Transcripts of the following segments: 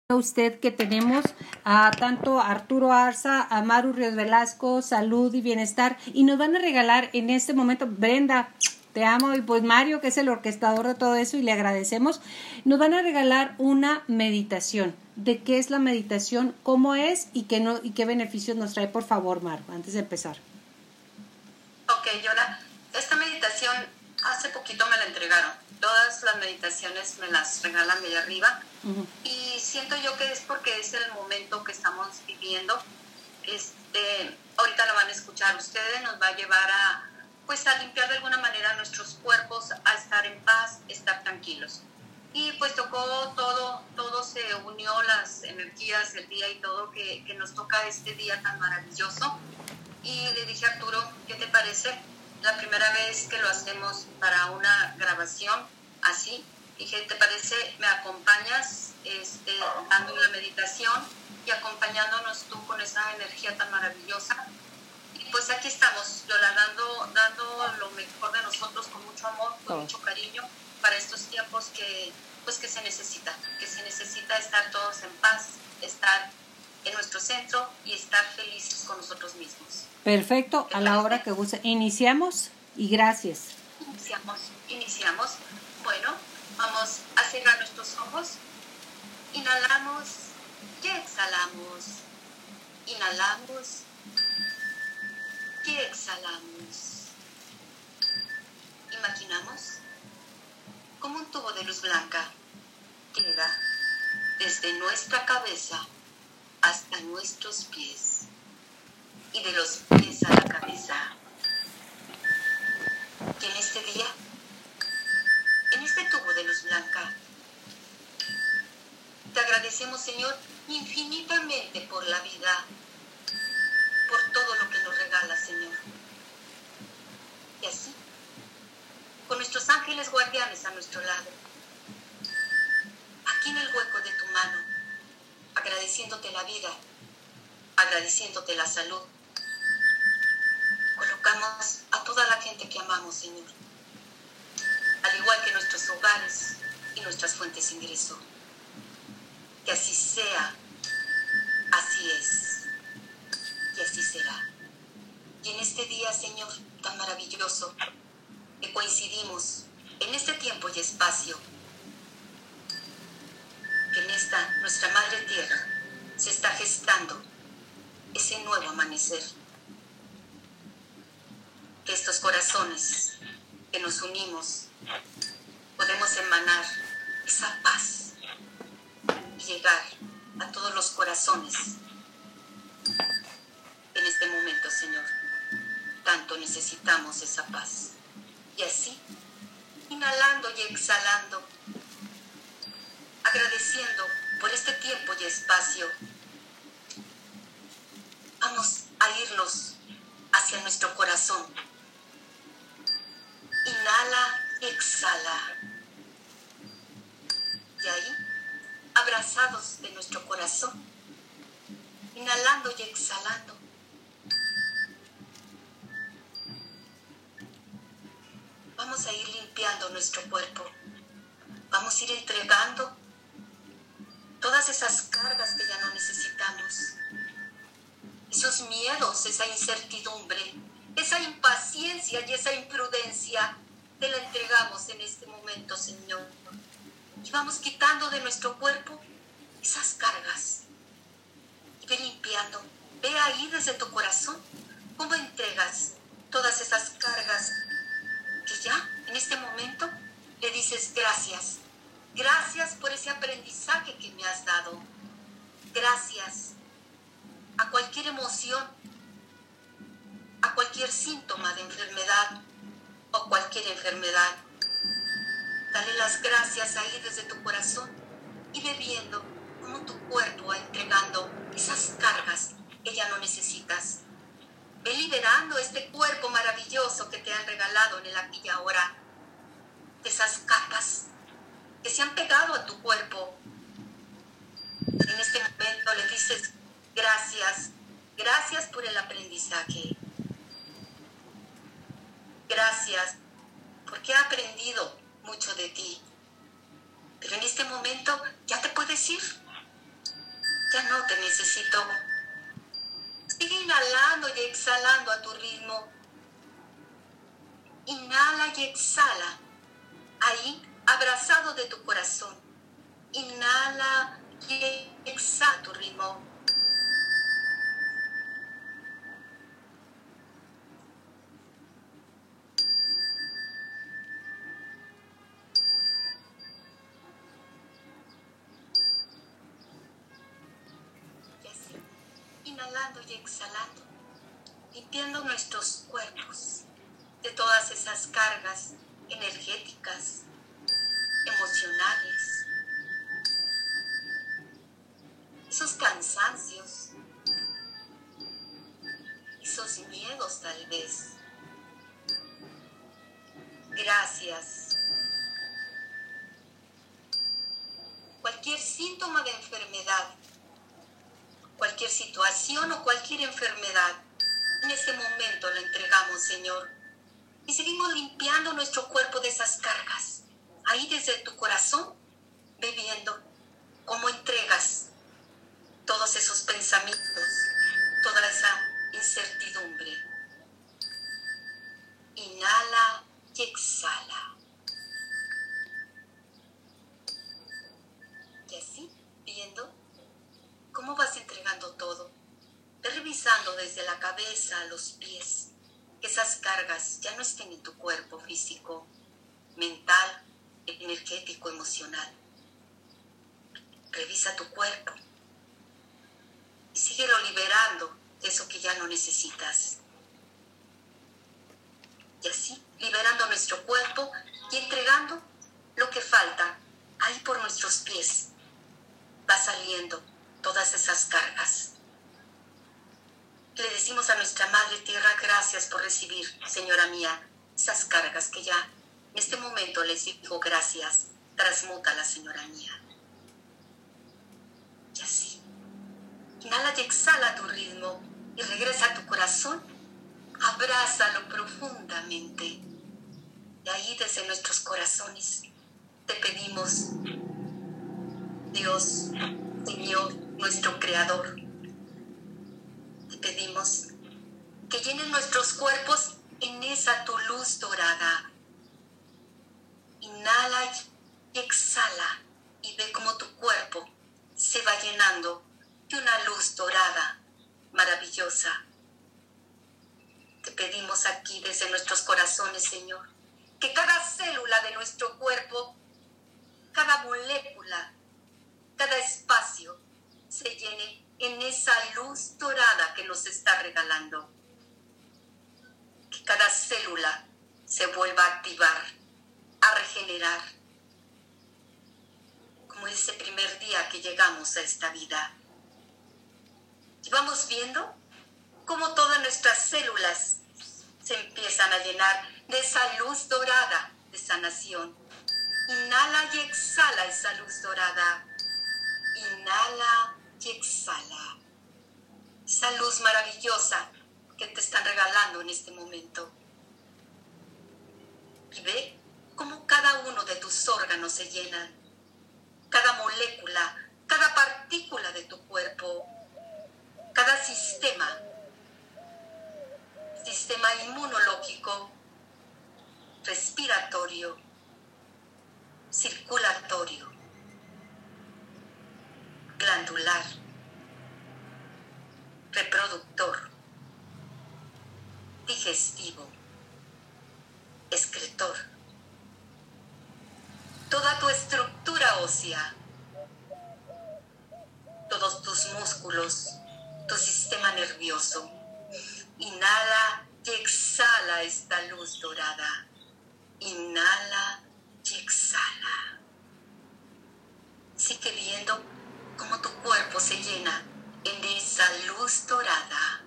A usted que tenemos a tanto a Arturo Arza, a Maru Ríos Velasco, salud y bienestar, y nos van a regalar en este momento, Brenda, te amo, y pues Mario, que es el orquestador de todo eso, y le agradecemos, nos van a regalar una meditación. ¿De qué es la meditación? ¿Cómo es? ¿Y qué beneficios nos trae? Por favor, Maru, antes de empezar. Ok, Yola, esta meditación hace poquito me la entregaron. Todas las meditaciones me las regalan de arriba. Y siento yo que es porque es el momento que estamos viviendo. Ahorita lo van a escuchar ustedes, nos va a llevar a limpiar de alguna manera nuestros cuerpos, a estar en paz, estar tranquilos. Y pues tocó todo se unió, las energías, el día y todo que nos toca este día tan maravilloso. Y le dije a Arturo, ¿qué te parece? La primera vez que lo hacemos para una grabación así, dije, ¿te parece? ¿Me acompañas dando la meditación y acompañándonos tú con esa energía tan maravillosa? Y pues aquí estamos, Yola, dando lo mejor de nosotros con mucho amor, con mucho cariño para estos tiempos que se necesita estar todos en paz, estar en nuestro centro y estar felices con nosotros mismos. Perfecto, a la hora que guste. Iniciamos y gracias. Iniciamos. Bueno, vamos a cerrar nuestros ojos. Inhalamos y exhalamos. Inhalamos y exhalamos. Imaginamos como un tubo de luz blanca que va desde nuestra cabeza hasta nuestros pies y de los pies a la cabeza. Y en este día, en este tubo de luz blanca, te agradecemos, Señor, infinitamente por la vida, por todo lo que nos regala, Señor. Y así, con nuestros ángeles guardianes a nuestro lado, aquí en el hueco de tu mano, agradeciéndote la vida, agradeciéndote la salud, colocamos a toda la gente que amamos, Señor, al igual que nuestros hogares y nuestras fuentes de ingreso. Que así sea, así es, y así será. Y en este día, Señor, tan maravilloso, que coincidimos en este tiempo y espacio, que en esta, nuestra Madre Tierra, se está gestando ese nuevo amanecer. Que estos corazones que nos unimos podemos emanar esa paz y llegar a todos los corazones en este momento, Señor. Tanto necesitamos esa paz. Y así, inhalando y exhalando, agradeciendo por este tiempo y espacio, vamos a irnos hacia nuestro corazón. Inhala, exhala. Y ahí, abrazados de nuestro corazón, inhalando y exhalando, vamos a ir limpiando nuestro cuerpo. Vamos a ir entregando todas esas cargas que ya no necesitamos. Esos miedos, esa incertidumbre, esa impaciencia y esa imprudencia, te la entregamos en este momento, Señor. Y vamos quitando de nuestro cuerpo esas cargas. Y ve limpiando. Ve ahí desde tu corazón cómo entregas todas esas cargas que ya en este momento le dices gracias. Gracias por ese aprendizaje que me has dado. Gracias a cualquier emoción, a cualquier síntoma de enfermedad o cualquier enfermedad. Dale las gracias ahí desde tu corazón y ve viendo cómo tu cuerpo va entregando esas cargas que ya no necesitas. Ve liberando este cuerpo maravilloso que te han regalado en el aquí y ahora, de esas capas que se han pegado a tu cuerpo. En este momento le dices gracias, gracias por el aprendizaje. Gracias porque he aprendido mucho de ti. Pero en este momento ya te puedes ir. exhalando a tu ritmo. Inhala y exhala, ahí abrazado de tu corazón. Inhala y exhala a tu ritmo. Y así, inhalando y exhalando, limpiando nuestros cuerpos de todas esas cargas energéticas, emocionales, esos cansancios, esos miedos tal vez. Gracias. Cualquier síntoma de enfermedad, cualquier situación o cualquier enfermedad, en este momento lo entregamos, Señor. Y seguimos limpiando nuestro cuerpo de esas cargas. Ahí desde tu corazón, bebiendo, cómo entregas todos esos pensamientos, toda esa incertidumbre. Inhala y exhala. Y así, viendo cómo vas entregando todo, ve revisando desde la cabeza a los pies, que esas cargas ya no estén en tu cuerpo físico, mental, energético, emocional. Revisa tu cuerpo y síguelo liberando de eso que ya no necesitas. Y así, liberando nuestro cuerpo y entregando lo que falta, ahí por nuestros pies, va saliendo todas esas cargas. Le decimos a nuestra Madre Tierra, gracias por recibir, Señora mía, esas cargas que ya en este momento les digo gracias, transmútala, Señora mía. Y así, inhala y exhala a tu ritmo y regresa a tu corazón, abrázalo profundamente. Y ahí desde nuestros corazones te pedimos, Dios, Señor, nuestro Creador, te pedimos que llenen nuestros cuerpos en esa tu luz dorada. Inhala y exhala y ve cómo tu cuerpo se va llenando de una luz dorada, maravillosa. Te pedimos aquí desde nuestros corazones, Señor, que cada célula de nuestro cuerpo, cada molécula, cada espacio se llene en esa luz dorada que nos está regalando. Que cada célula se vuelva a activar, a regenerar, como ese primer día que llegamos a esta vida. Y vamos viendo cómo todas nuestras células se empiezan a llenar de esa luz dorada de sanación. Inhala y exhala esa luz dorada. Inhala y exhala. Esa luz maravillosa que te están regalando en este momento. Y ve cómo cada uno de tus órganos se llenan. Cada molécula, cada partícula de tu cuerpo, cada sistema inmunológico, respiratorio, circulatorio, glandular, reproductor, digestivo, excretor, toda tu estructura ósea, todos tus músculos, tu sistema nervioso. Inhala y exhala esta luz dorada. Inhala y exhala. Sigue viendo cómo tu cuerpo se llena en esa luz dorada.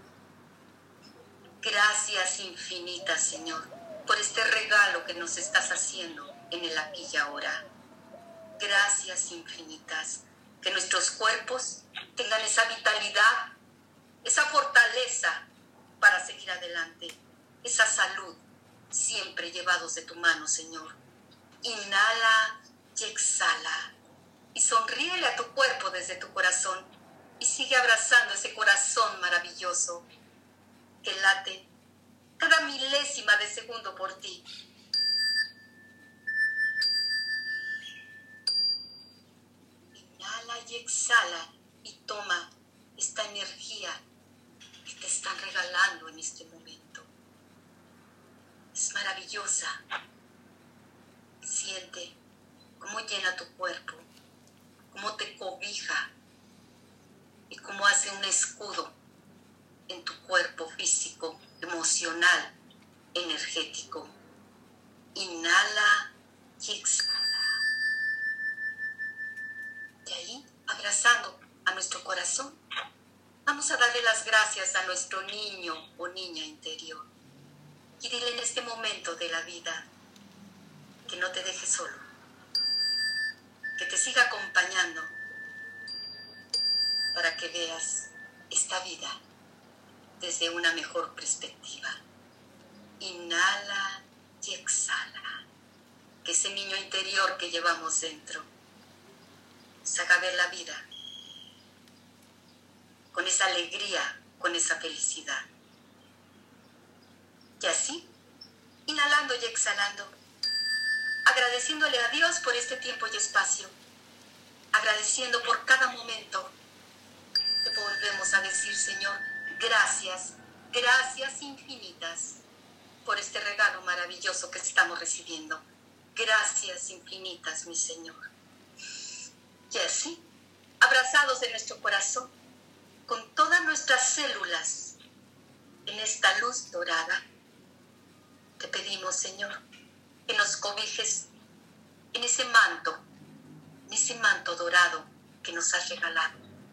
Gracias infinitas, Señor, por este regalo que nos estás haciendo en el aquí y ahora. Gracias infinitas. Que nuestros cuerpos tengan esa vitalidad, esa fortaleza para seguir adelante, esa salud, siempre llevados de tu mano, Señor. Inhala y exhala. Y sonríele a tu cuerpo desde tu corazón y sigue abrazando ese corazón maravilloso que late cada milésima de segundo por ti. Inhala y exhala y toma esta energía que te están regalando en este momento. Es maravillosa. Siente cómo llena tu cuerpo, cómo te cobija y cómo hace un escudo en tu cuerpo físico, emocional, energético. Inhala y exhala. Y ahí, abrazando a nuestro corazón, vamos a darle las gracias a nuestro niño o niña interior. Y dile en este momento de la vida que no te deje solo, que te siga acompañando para que veas esta vida desde una mejor perspectiva. Inhala y exhala. Que ese niño interior que llevamos dentro se haga ver la vida con esa alegría, con esa felicidad. Y así, inhalando y exhalando, agradeciéndole a Dios por este tiempo y espacio, agradeciendo por cada momento, te volvemos a decir, Señor, gracias, gracias infinitas por este regalo maravilloso que estamos recibiendo. Gracias infinitas, mi Señor. Y así, abrazados en nuestro corazón, con todas nuestras células, en esta luz dorada, te pedimos, Señor, que nos cobijes en ese manto dorado que nos has regalado.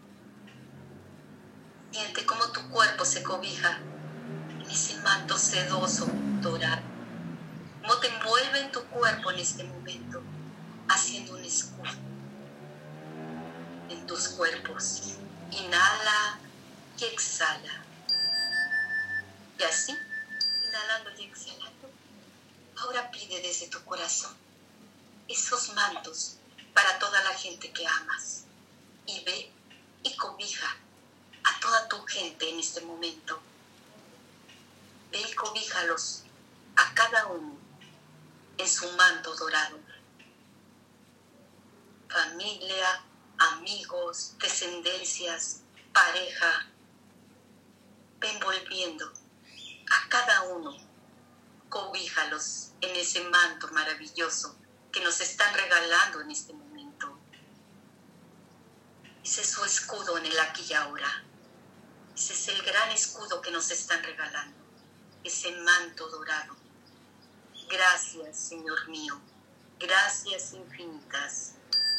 Siente cómo tu cuerpo se cobija en ese manto sedoso, dorado. Cómo te envuelve en tu cuerpo en este momento, haciendo un escudo en tus cuerpos. Inhala y exhala. Y así, inhalando y exhalando, ahora pide desde tu corazón esos mantos para toda la gente que amas. Y ve y cobija a toda tu gente en este momento. Ve y cobíjalos a cada uno en su manto dorado. Familia, amigos, descendencias, pareja, ve envolviendo a cada uno. Cobíjalos en ese manto maravilloso que nos están regalando en este momento. Ese es su escudo en el aquí y ahora. Ese es el gran escudo que nos están regalando. Ese manto dorado. Gracias, Señor mío. Gracias infinitas.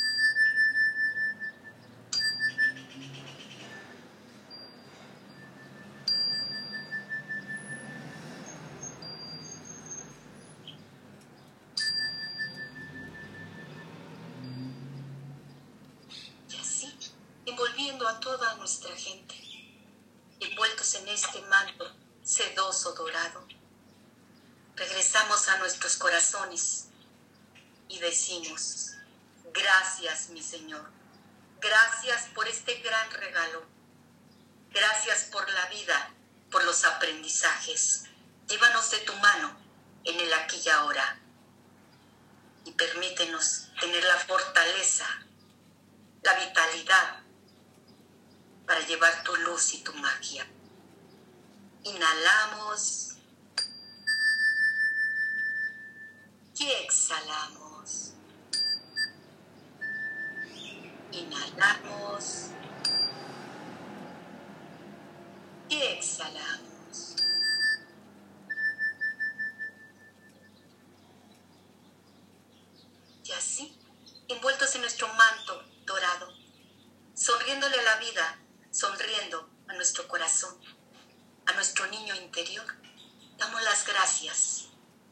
Y así, envolviendo a toda nuestra gente, envueltos en este manto sedoso dorado, regresamos a nuestros corazones y decimos, gracias, mi Señor. Gracias por este gran regalo. Gracias por la vida, por los aprendizajes. Llévanos de tu mano en el aquí y ahora. Y permítenos tener la fortaleza, la vitalidad para llevar tu luz y tu magia. Inhalamos y exhalamos. Inhalamos y exhalamos. Y así, envueltos en nuestro manto dorado, sonriéndole a la vida, sonriendo a nuestro corazón, a nuestro niño interior, damos las gracias.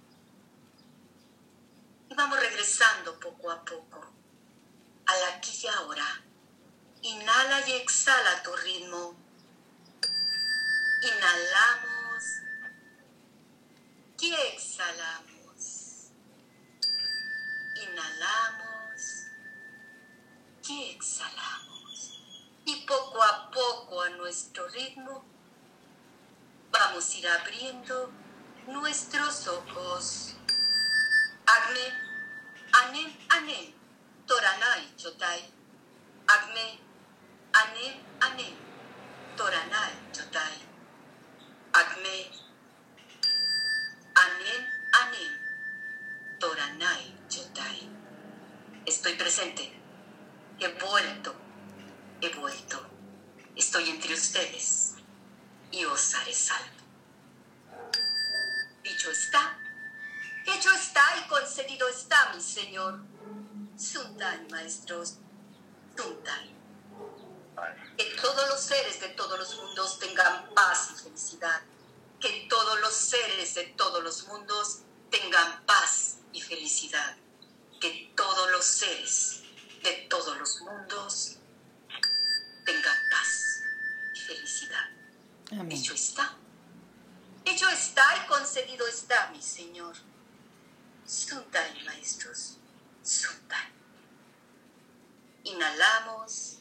Y vamos regresando poco a poco al aquí y ahora. Inhala y exhala a tu ritmo. Inhalamos y exhalamos. Inhalamos y exhalamos. Y poco a poco a nuestro ritmo Vamos a ir abriendo nuestros ojos. Agme, anem, anem, toranai chotai. Agme, anem, anem, toranai chotai. Agme, anem, anem, toranai chotai. Estoy presente. He vuelto. Estoy entre ustedes y os haré salvo. Dicho está, hecho está y concedido está, mi Señor. Suntai, maestros, Suntai. Que todos los seres de todos los mundos tengan paz y felicidad. Que todos los seres de todos los mundos tengan paz y felicidad. Que todos los seres de todos los mundos tengan paz y felicidad. Amén. Hecho está. Hecho está y concedido está, mi Señor. Suntai, maestros. Suntai. Inhalamos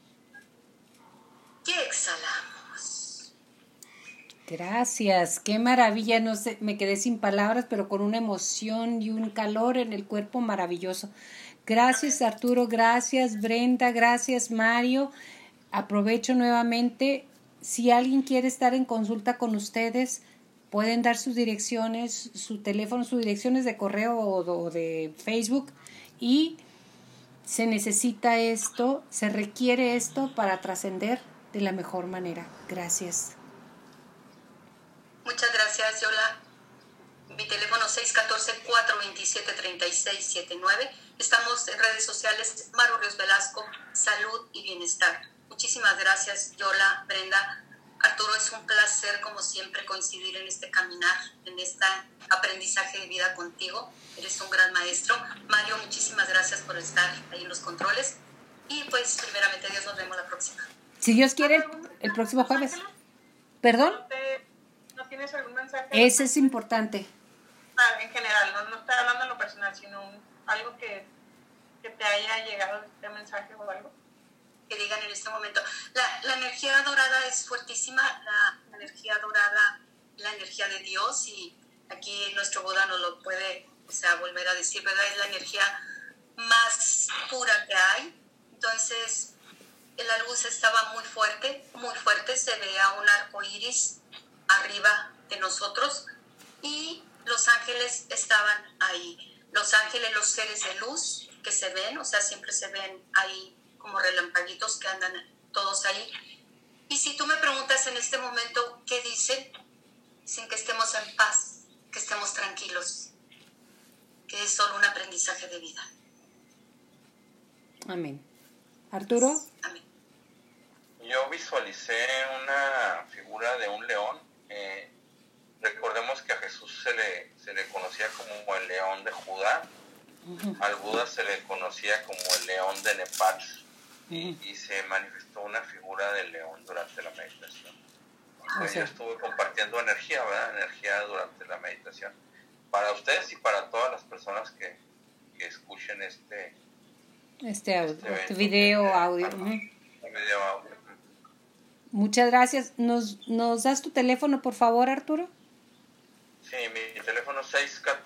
y exhalamos. Gracias, qué maravilla, no sé, me quedé sin palabras, pero con una emoción y un calor en el cuerpo maravilloso. Gracias Arturo, gracias Brenda, gracias Mario. Aprovecho nuevamente, si alguien quiere estar en consulta con ustedes, pueden dar sus direcciones, su teléfono, sus direcciones de correo o de Facebook, y se necesita esto, se requiere esto para trascender de la mejor manera. Gracias. Muchas gracias, Yola. Mi teléfono 614-427-3679. Estamos en redes sociales, Maru Ríos Velasco, Salud y Bienestar. Muchísimas gracias, Yola, Brenda. Arturo, es un placer, como siempre, coincidir en este caminar, en este aprendizaje de vida contigo. Eres un gran maestro. Mario, muchísimas gracias por estar ahí en los controles. Y pues, primeramente, Dios, nos vemos la próxima. Si Dios quiere, el próximo jueves. ¿Perdón? ¿No tienes algún mensaje? Ese es importante. En general, no estoy hablando en lo personal, sino algo que te haya llegado este mensaje o algo. Que digan en este momento. La energía dorada es fuertísima, la energía dorada, la energía de Dios, y aquí nuestro Buda nos lo puede, volver a decir, ¿verdad? Es la energía más pura que hay. Entonces, la luz estaba muy fuerte, se veía un arco iris arriba de nosotros y los ángeles estaban ahí. Los ángeles, los seres de luz que se ven, siempre se ven ahí como relampaguitos que andan todos ahí. Y si tú me preguntas en este momento, ¿qué dicen? Dicen que estemos en paz, que estemos tranquilos, que es solo un aprendizaje de vida. Amén. ¿Arturo? Amén. Yo visualicé una figura de un león. Recordemos que a Jesús se le conocía como el león de Judá. Al Buda se le conocía como el león de Nepal. Y se manifestó una figura del león durante la meditación. Yo estuve compartiendo energía, ¿verdad? Energía durante la meditación. Para ustedes y para todas las personas que escuchen este video, audio. Video, audio. Muchas gracias. ¿Nos das tu teléfono, por favor, Arturo? Sí, mi teléfono es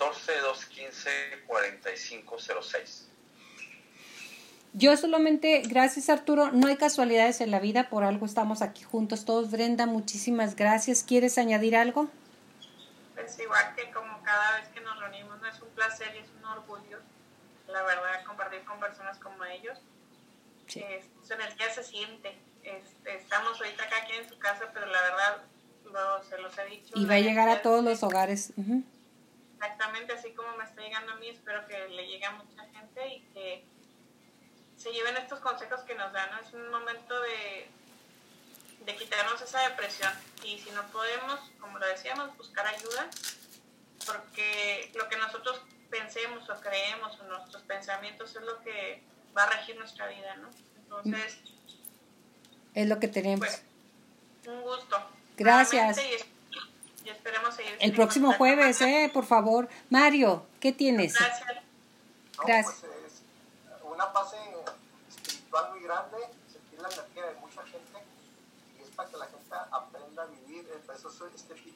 614-215-4506. Yo solamente, gracias Arturo, no hay casualidades en la vida, por algo estamos aquí juntos todos. Brenda, muchísimas gracias. ¿Quieres añadir algo? Pues igual que como cada vez que nos reunimos, no es un placer y es un orgullo, la verdad, compartir con personas como ellos. Sí. Su energía se siente. Estamos ahorita acá aquí en su casa, pero la verdad, se los he dicho. Y va a llegar a todos los hogares. Exactamente, así como me está llegando a mí, espero que le llegue a mucha gente y que se lleven estos consejos que nos dan, ¿no? Es un momento de quitarnos esa depresión, y si no podemos, como lo decíamos, buscar ayuda, porque lo que nosotros pensemos o creemos o nuestros pensamientos es lo que va a regir nuestra vida, ¿no? Entonces, es lo que tenemos. Pues, un gusto. Gracias. Y esperemos seguir. El próximo jueves, por favor. Mario, ¿qué tienes? Gracias. Gracias. No, pues es una fase espiritual muy grande, sentir la energía de mucha gente, y es para que la gente aprenda a vivir. Por eso este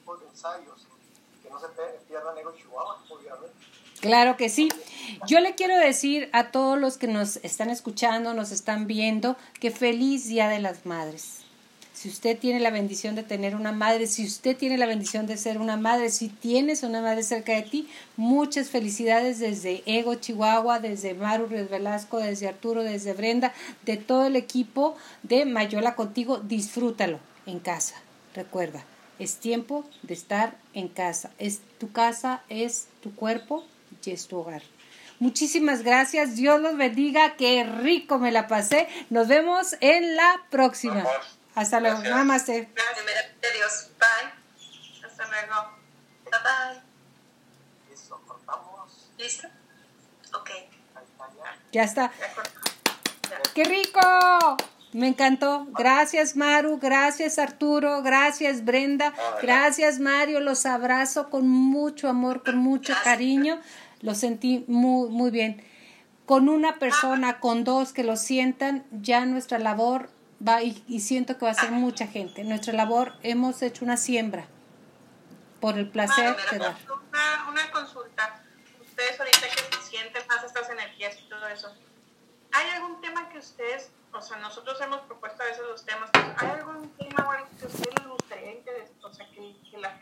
ensayos, que no se pierdan Ego Chihuahua, obviamente. Claro que sí. Yo le quiero decir a todos los que nos están escuchando, nos están viendo, que feliz Día de las Madres. Si usted tiene la bendición de tener una madre, si usted tiene la bendición de ser una madre, si tienes una madre cerca de ti, muchas felicidades desde Ego Chihuahua, desde Maru Ríos Velasco, desde Arturo, desde Brenda, de todo el equipo de Mayola Contigo. Disfrútalo en casa. Recuerda, es tiempo de estar en casa. Tu casa es tu cuerpo y es tu hogar. Muchísimas gracias. Dios los bendiga. Qué rico me la pasé. Nos vemos en la próxima. Vamos. Hasta luego. Gracias. Namaste. Primeramente Dios. Bye. Hasta luego. Bye bye. Listo, cortamos. ¿Listo? Ok. Ahí está ya. Ya está. Ya cortamos. ¡Qué rico! Me encantó. Gracias, Maru. Gracias, Arturo. Gracias, Brenda. Gracias, Mario. Los abrazo con mucho amor, con mucho cariño. Lo sentí muy, muy bien. Con una persona, con dos que lo sientan, ya nuestra labor va, y siento que va a ser mucha gente. Nuestra labor, hemos hecho una siembra por el placer de dar. Una consulta. Ustedes ahorita que se sienten más estas energías y todo eso, ¿hay algún tema que ustedes, o sea, nosotros hemos propuesto a veces los temas, ¿hay algún tema o algo que a ustedes les gustaría o sea, que la gente